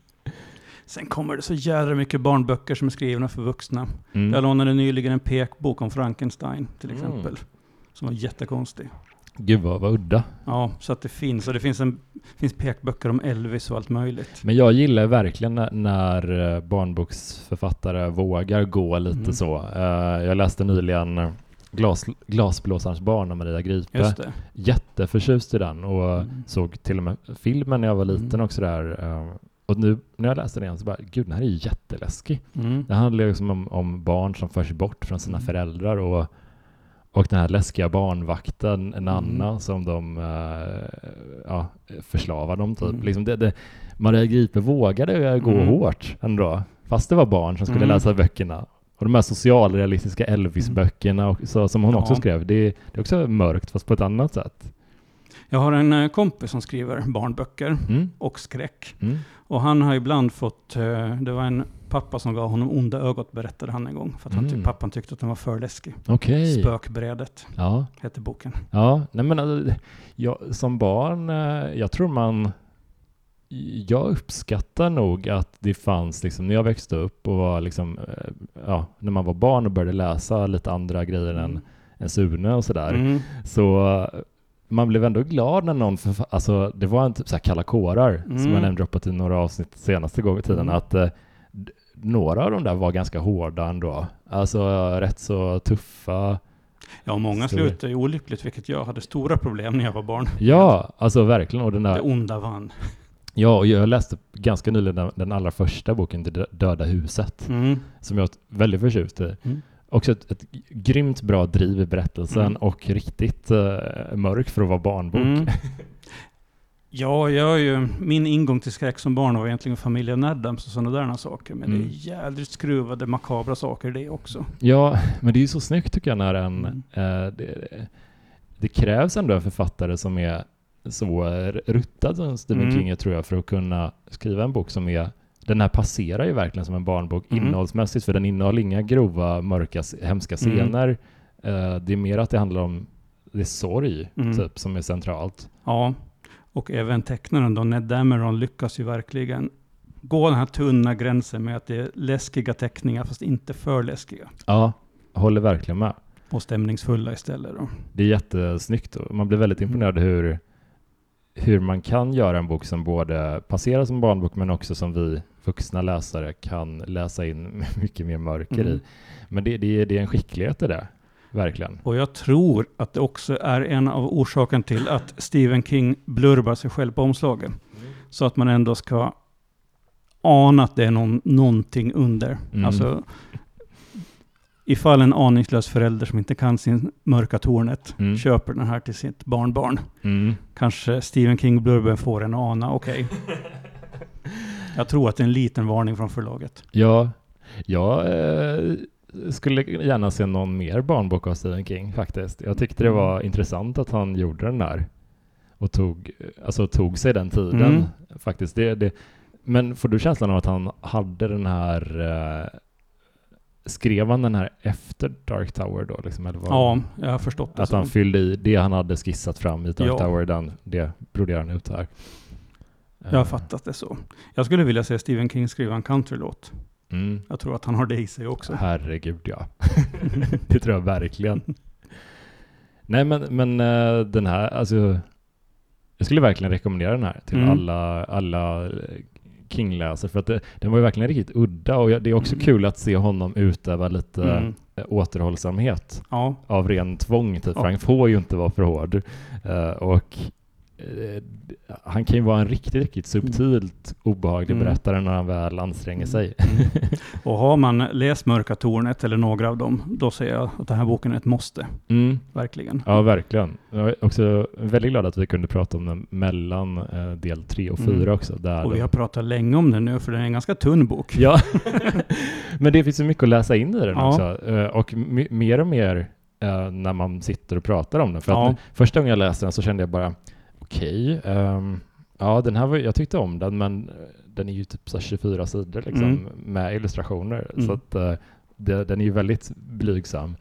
Sen kommer det så jävla mycket barnböcker som är skrivna för vuxna. Mm. Jag lånade nyligen en pekbok om Frankenstein till exempel. Mm. Som var jättekonstig. Gud vad, vad udda. Ja, så att det finns. Och det finns, en, finns pekböcker om Elvis och allt möjligt. Men jag gillar verkligen när, när barnboksförfattare vågar gå lite mm. så. Uh, jag läste nyligen Glas, Glasblåsarens barn av Maria Gripe. Just det. Jätteförtjust i den. Och mm. såg till och med filmen när jag var liten mm. också där. Uh, Och nu när jag läste den igen så bara, gud, den här är jätteläskig. Mm. Det handlar liksom om, om barn som förs bort från sina mm. föräldrar och, och den här läskiga barnvakten, Nanna, mm. som de äh, ja, förslavar dem typ. Mm. Liksom det, det, Maria Gripe vågade gå mm. hårt ändå, fast det var barn som skulle mm. läsa böckerna. Och de här socialrealistiska Elvis-böckerna och, så, som hon ja. också skrev, det, det är också mörkt fast på ett annat sätt. Jag har en kompis som skriver barnböcker mm. och skräck. Mm. Och han har ibland fått, det var en pappa som gav honom onda ögot, berättade han en gång. För att han, mm. pappan tyckte att den var för läskig. Okay. Spökbrädet ja. heter boken. Ja, nej men alltså, jag, som barn, jag tror man, jag uppskattar nog att det fanns liksom, när jag växte upp och var liksom, ja, när man var barn och började läsa lite andra grejer mm. än, än Sune och sådär. Mm. Så man blev ändå glad när någon, förfa- alltså det var en typ så här kalla kårar mm. som jag nämnde droppat i några avsnitt senaste gången tiden mm. att eh, d- några av dem där var ganska hårda ändå. Alltså rätt så tuffa. Ja, många så... slutade ju olyckligt, vilket jag hade stora problem när jag var barn. Ja, alltså verkligen. Och den där... Det onda vann. Ja, och jag läste ganska nyligen den, den allra första boken, Det döda huset, Mm. som jag är väldigt förtjust i. Mm. Också ett, ett grymt bra driv i berättelsen Mm. och riktigt uh, mörk för att vara barnbok. Mm. Ja, jag är ju, min ingång till skräck som barn var egentligen familjen Addams och sådana där saker. Men Mm. det är jävligt skruvade, makabra saker det också. Ja, men det är ju så snyggt tycker jag när en... Mm. Uh, det, det krävs ändå en författare som är så ruttad som Stephen Mm. King, tror jag, för att kunna skriva en bok som är... Den här passerar ju verkligen som en barnbok Mm. innehållsmässigt, för den innehåller inga grova, mörka, hemska scener. Uh, det är mer att det handlar om det är sorg, Mm. typ, som är centralt. Ja, och även tecknaren då, Ned Dameron, lyckas ju verkligen gå den här tunna gränsen med att det är läskiga teckningar fast inte för läskiga. Ja, håller verkligen med. Och stämningsfulla istället då. Det är jättesnyggt och man blir väldigt Mm. imponerad hur, hur man kan göra en bok som både passerar som barnbok men också som vi vuxna läsare kan läsa in mycket mer mörker Mm. i. Men det, det, är, det är en skicklighet i det, verkligen. Och jag tror att det också är en av orsaken till att Stephen King blurbar sig själv på omslaget. Mm. Så att man ändå ska ana att det är någon, någonting under. Mm. Alltså, ifall en aningslös förälder som inte kan sin mörka tornet Mm. köper den här till sitt barnbarn. Mm. Kanske Stephen King blurben får en ana, okej. Okay. Jag tror att det är en liten varning från förlaget. Ja, jag eh, skulle gärna se någon mer barnbok av Stephen King faktiskt. Jag tyckte det var mm. intressant att han gjorde den där och tog, alltså, tog sig den tiden Mm. faktiskt. Det, det, men får du känslan av att han hade den här eh, skrev han den här efter Dark Tower då? Liksom, eller vad? Ja, jag har förstått det. Att så. han fyllde i det han hade skissat fram i Dark Ja. Tower, den, det broderar han ut här. Jag har fattat det så. Jag skulle vilja se Stephen King skriva en countrylåt. Mm. Jag tror att han har det i sig också. Herregud, ja. Det tror jag verkligen. Nej, men, men uh, den här, alltså, jag skulle verkligen rekommendera den här till Mm. alla, alla King-läsare, för att det, den var ju verkligen riktigt udda, och jag, det är också Mm. kul att se honom utöva lite Mm. äh, återhållsamhet Ja. av ren tvång, typ. Ja. För han får ju inte vara för hård. Uh, och uh, han kan ju vara en riktigt, riktigt subtilt obehaglig Mm. berättare när han väl anstränger sig. Mm. Och har man läst Mörka tornet eller några av dem, då säger jag att den här boken är ett måste. Mm. Verkligen. Ja, verkligen. Jag är också väldigt glad att vi kunde prata om den mellan eh, del tre och fyra Mm. också. Där Och vi de... har pratat länge om den nu, för den är en ganska tunn bok. Ja, men det finns så mycket att läsa in i den Ja. också. Eh, och m- mer och mer eh, när man sitter och pratar om den. För Ja. att första gången jag läste den så kände jag bara, okej, okay, um, ja, den här var, jag tyckte om den, men den är ju typ så tjugofyra sidor liksom, Mm. med illustrationer. Mm. Så att uh, det, den är ju väldigt blygsam.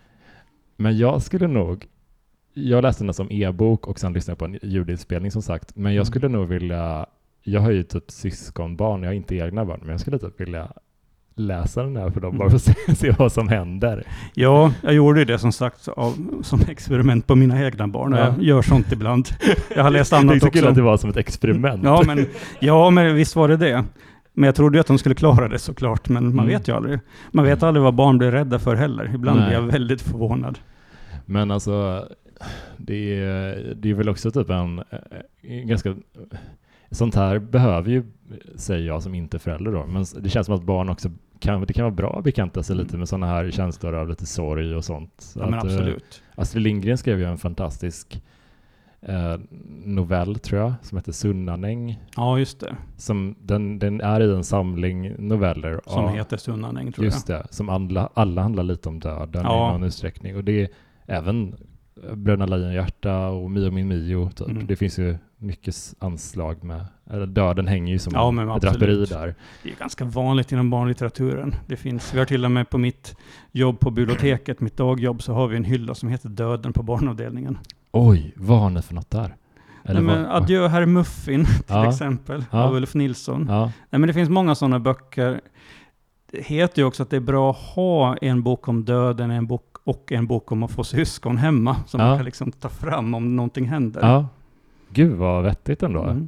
Men jag skulle nog, jag läste den som e-bok och sen lyssnade på en ljudinspelning som sagt, men jag Mm. skulle nog vilja, jag har ju typ syskonbarn, jag har inte egna barn, men jag skulle typ vilja läsa den här för dem, bara för att se, se vad som händer. Ja, jag gjorde det som sagt av, som experiment på mina egna barn. Och Ja. jag gör sånt ibland. Jag har läst Det är annat så också. kul att det var som ett experiment. Ja, men, ja, men visst var det det. Men jag trodde ju att de skulle klara det såklart, men man Mm. vet ju aldrig. Man vet aldrig vad barn blir rädda för heller. Ibland Nej. blir jag väldigt förvånad. Men alltså, det är, det är väl också typ en, en ganska... Sånt här behöver ju, säger jag som inte är förälder då, men det känns som att barn också kan, det kan vara bra att bekanta sig lite med sådana här känslor av lite sorg och sånt. Ja, men att, absolut. Eh, Astrid Lindgren skrev ju en fantastisk eh, novell, tror jag, som heter Sunnanäng. Ja, just det. Som, den, den är i en samling noveller. Som av, heter Sunnanäng, tror just det, som alla, alla handlar lite om döden Ja. i någon utsträckning. Och det är även Bröderna Lejonhjärta och Mio min Mio. Typ. Mm. Det finns ju mycket anslag med, eller döden hänger ju som Ja, men ett draperi absolut. där. Det är ganska vanligt inom barnlitteraturen. Det finns, vi har till och med på mitt jobb på biblioteket, mitt dagjobb, så har vi en hylla som heter Döden på barnavdelningen. Oj, vad har ni för något där? Nej, men vad- Adjö herr Muffin till Ja. exempel, Ja. av Ulf Nilsson. Ja, Nej, men det finns många sådana böcker. Det heter ju också att det är bra att ha en bok om döden, en bok och en bok om att få syskon hemma, som Ja. man kan liksom ta fram om någonting händer. ja. Gud vad vettigt ändå. Mm.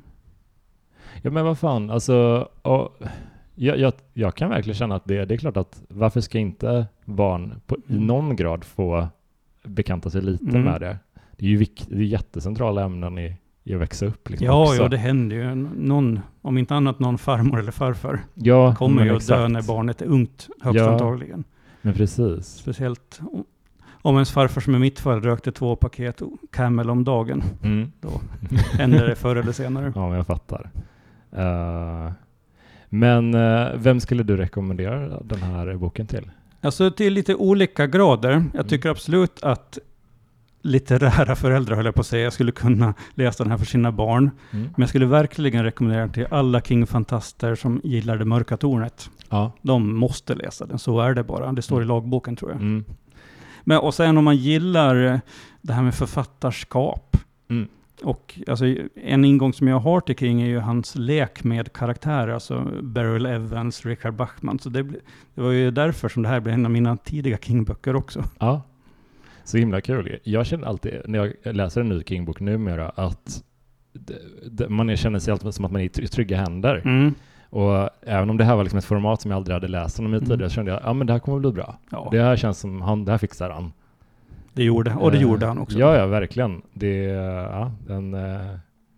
Ja, men vad fan, alltså, och, jag, jag, jag kan verkligen känna att det, det är klart att varför ska inte barn på, i Mm. någon grad få bekanta sig lite Mm. med det? Det är ju vik- det är jättecentrala ämnen i, i att växa upp. Liksom, ja, också. ja, det händer ju. Någon, om inte annat någon farmor eller farfar ja, kommer ju att exakt. dö när barnet är ungt, högst ja, antagligen. Men precis. Speciellt om, om ens farfar som i mitt fall rökte två paket Camel om dagen. Mm. Då händer det förr eller senare. Ja, men jag fattar. Uh, men uh, vem skulle du rekommendera den här boken till? Alltså till lite olika grader. Jag Mm. tycker absolut att litterära föräldrar, höll jag på att säga, skulle kunna läsa den här för sina barn. Mm. Men jag skulle verkligen rekommendera den till alla King-fantaster som gillar Det mörka tornet. Ja. De måste läsa den, så är det bara. Det står Mm. i lagboken, tror jag. Mm. Men, och sen om man gillar det här med författarskap. Mm. Och alltså, en ingång som jag har till King är ju hans lek med karaktärer. Alltså Beryl Evans, Richard Bachman. Så det, det var ju därför som det här blev en av mina tidiga King-böcker också. Ja. Så himla kul. Jag känner alltid, när jag läser en ny King-bok numera, att det, det, man känner sig alltid som att man är i trygga händer. Mm. Och även om det här var liksom ett format som jag aldrig hade läst honom i Mm. tidigare, så kände jag, ja men det här kommer bli bra. Ja. Det här känns som, han, det här fixar han. Det gjorde, och det Uh, gjorde han också. Ja, ja, verkligen. Det, ja, den, uh,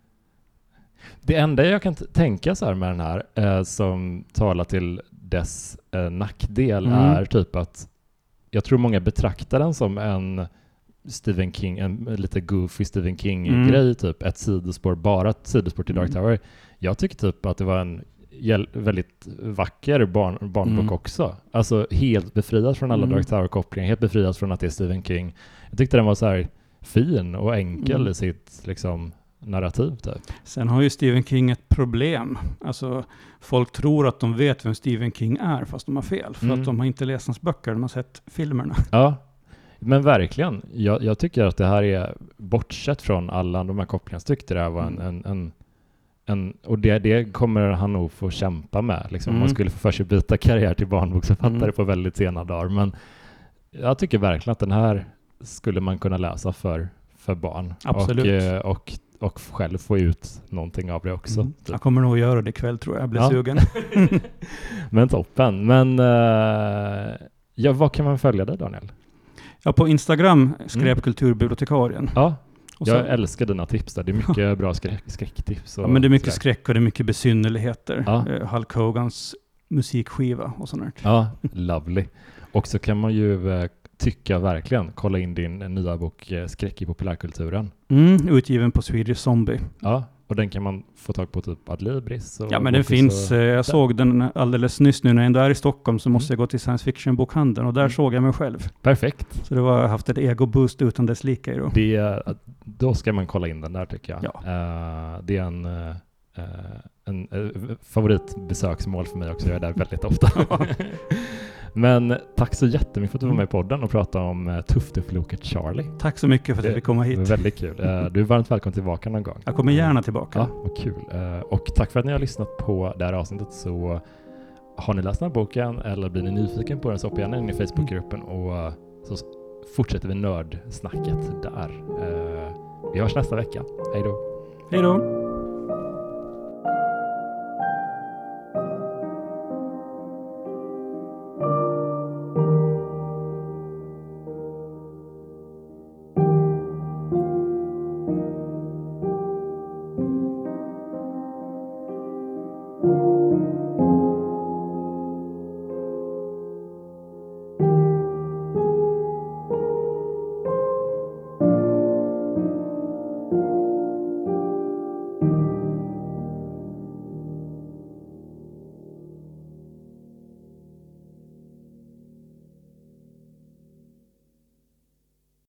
det enda jag kan t- tänka så här med den här, uh, som talar till dess uh, nackdel, Mm. är typ att jag tror många betraktar den som en Stephen King, en lite goofy Stephen King-grej, Mm. typ ett sidospår, bara ett sidospår till Dark Mm. Tower. Jag tycker typ att det var en hjäl- väldigt vacker barn, barnbok Mm. också. Alltså helt befriad från alla Mm. Dark Tower-kopplingar, helt befriad från att det är Stephen King. Jag tyckte den var så här fin och enkel Mm. i sitt liksom narrativ typ. Sen har ju Stephen King ett problem. Alltså, folk tror att de vet vem Stephen King är, fast de har fel. För Mm. att de har inte läst hans böcker, de har sett filmerna. Ja, men verkligen. Jag, jag tycker att det här är, bortsett från alla de här kopplingarna, så tyckte det här var en, Mm. en, en, en och det, det kommer han nog få kämpa med. Liksom. Mm. Man skulle få för sig byta karriär till barnboksförfattare Mm. på väldigt sena dagar. Men jag tycker verkligen att den här skulle man kunna läsa för, för barn. Absolut. Och, eh, och, och själv få ut någonting av det också. Mm. Typ. Jag kommer nog göra det ikväll, tror jag. Jag blir Ja. sugen. Men toppen. Men uh, ja, vad kan man följa dig, Daniel? Ja, på Instagram, skräpkulturbibliotekarien. Ja. Och Jag så, älskar dina tips där. Det är mycket bra skräck, skräcktips. Och ja, men det är mycket sådär. skräck och det är mycket besynnerligheter. Ja. Eh, Hulk Hogans musikskiva och sånt där. Ja, lovely. Och så kan man ju eh, tycka verkligen, kolla in din eh, nya bok eh, Skräck i populärkulturen. Mm, utgiven på Swedish Zombie. Ja, och den kan man få tag på typ Adlibris. Och Ja, men den Bokus finns. Och, eh, Jag såg den alldeles nyss nu när jag ändå är i Stockholm, så måste Mm. jag gå till science fiction-bokhandeln och där Mm. såg jag mig själv. perfekt. Så det var, jag har haft ett ego-boost utan dess like i då. Det, är- då ska man kolla in den där tycker jag. Ja. Eh, det är en, eh, en eh, favoritbesöksmål för mig också. Jag är där väldigt ofta. Men tack så jättemycket för att du var med i podden och pratade om uh, Tuff-Tuff-loket Charlie. Tack så mycket för att jag fick komma Det var hit. väldigt kul. Uh, du är varmt välkommen tillbaka någon gång. Jag kommer gärna tillbaka. Ja, vad kul. Uh, och tack för att ni har lyssnat på det här avsnittet. Så har ni läst den här boken eller blir ni nyfiken på den, så hoppa gärna in i Facebookgruppen och uh, så fortsätter vi nördsnacket där. Uh, vi hörs nästa vecka. Hej då. Hej då.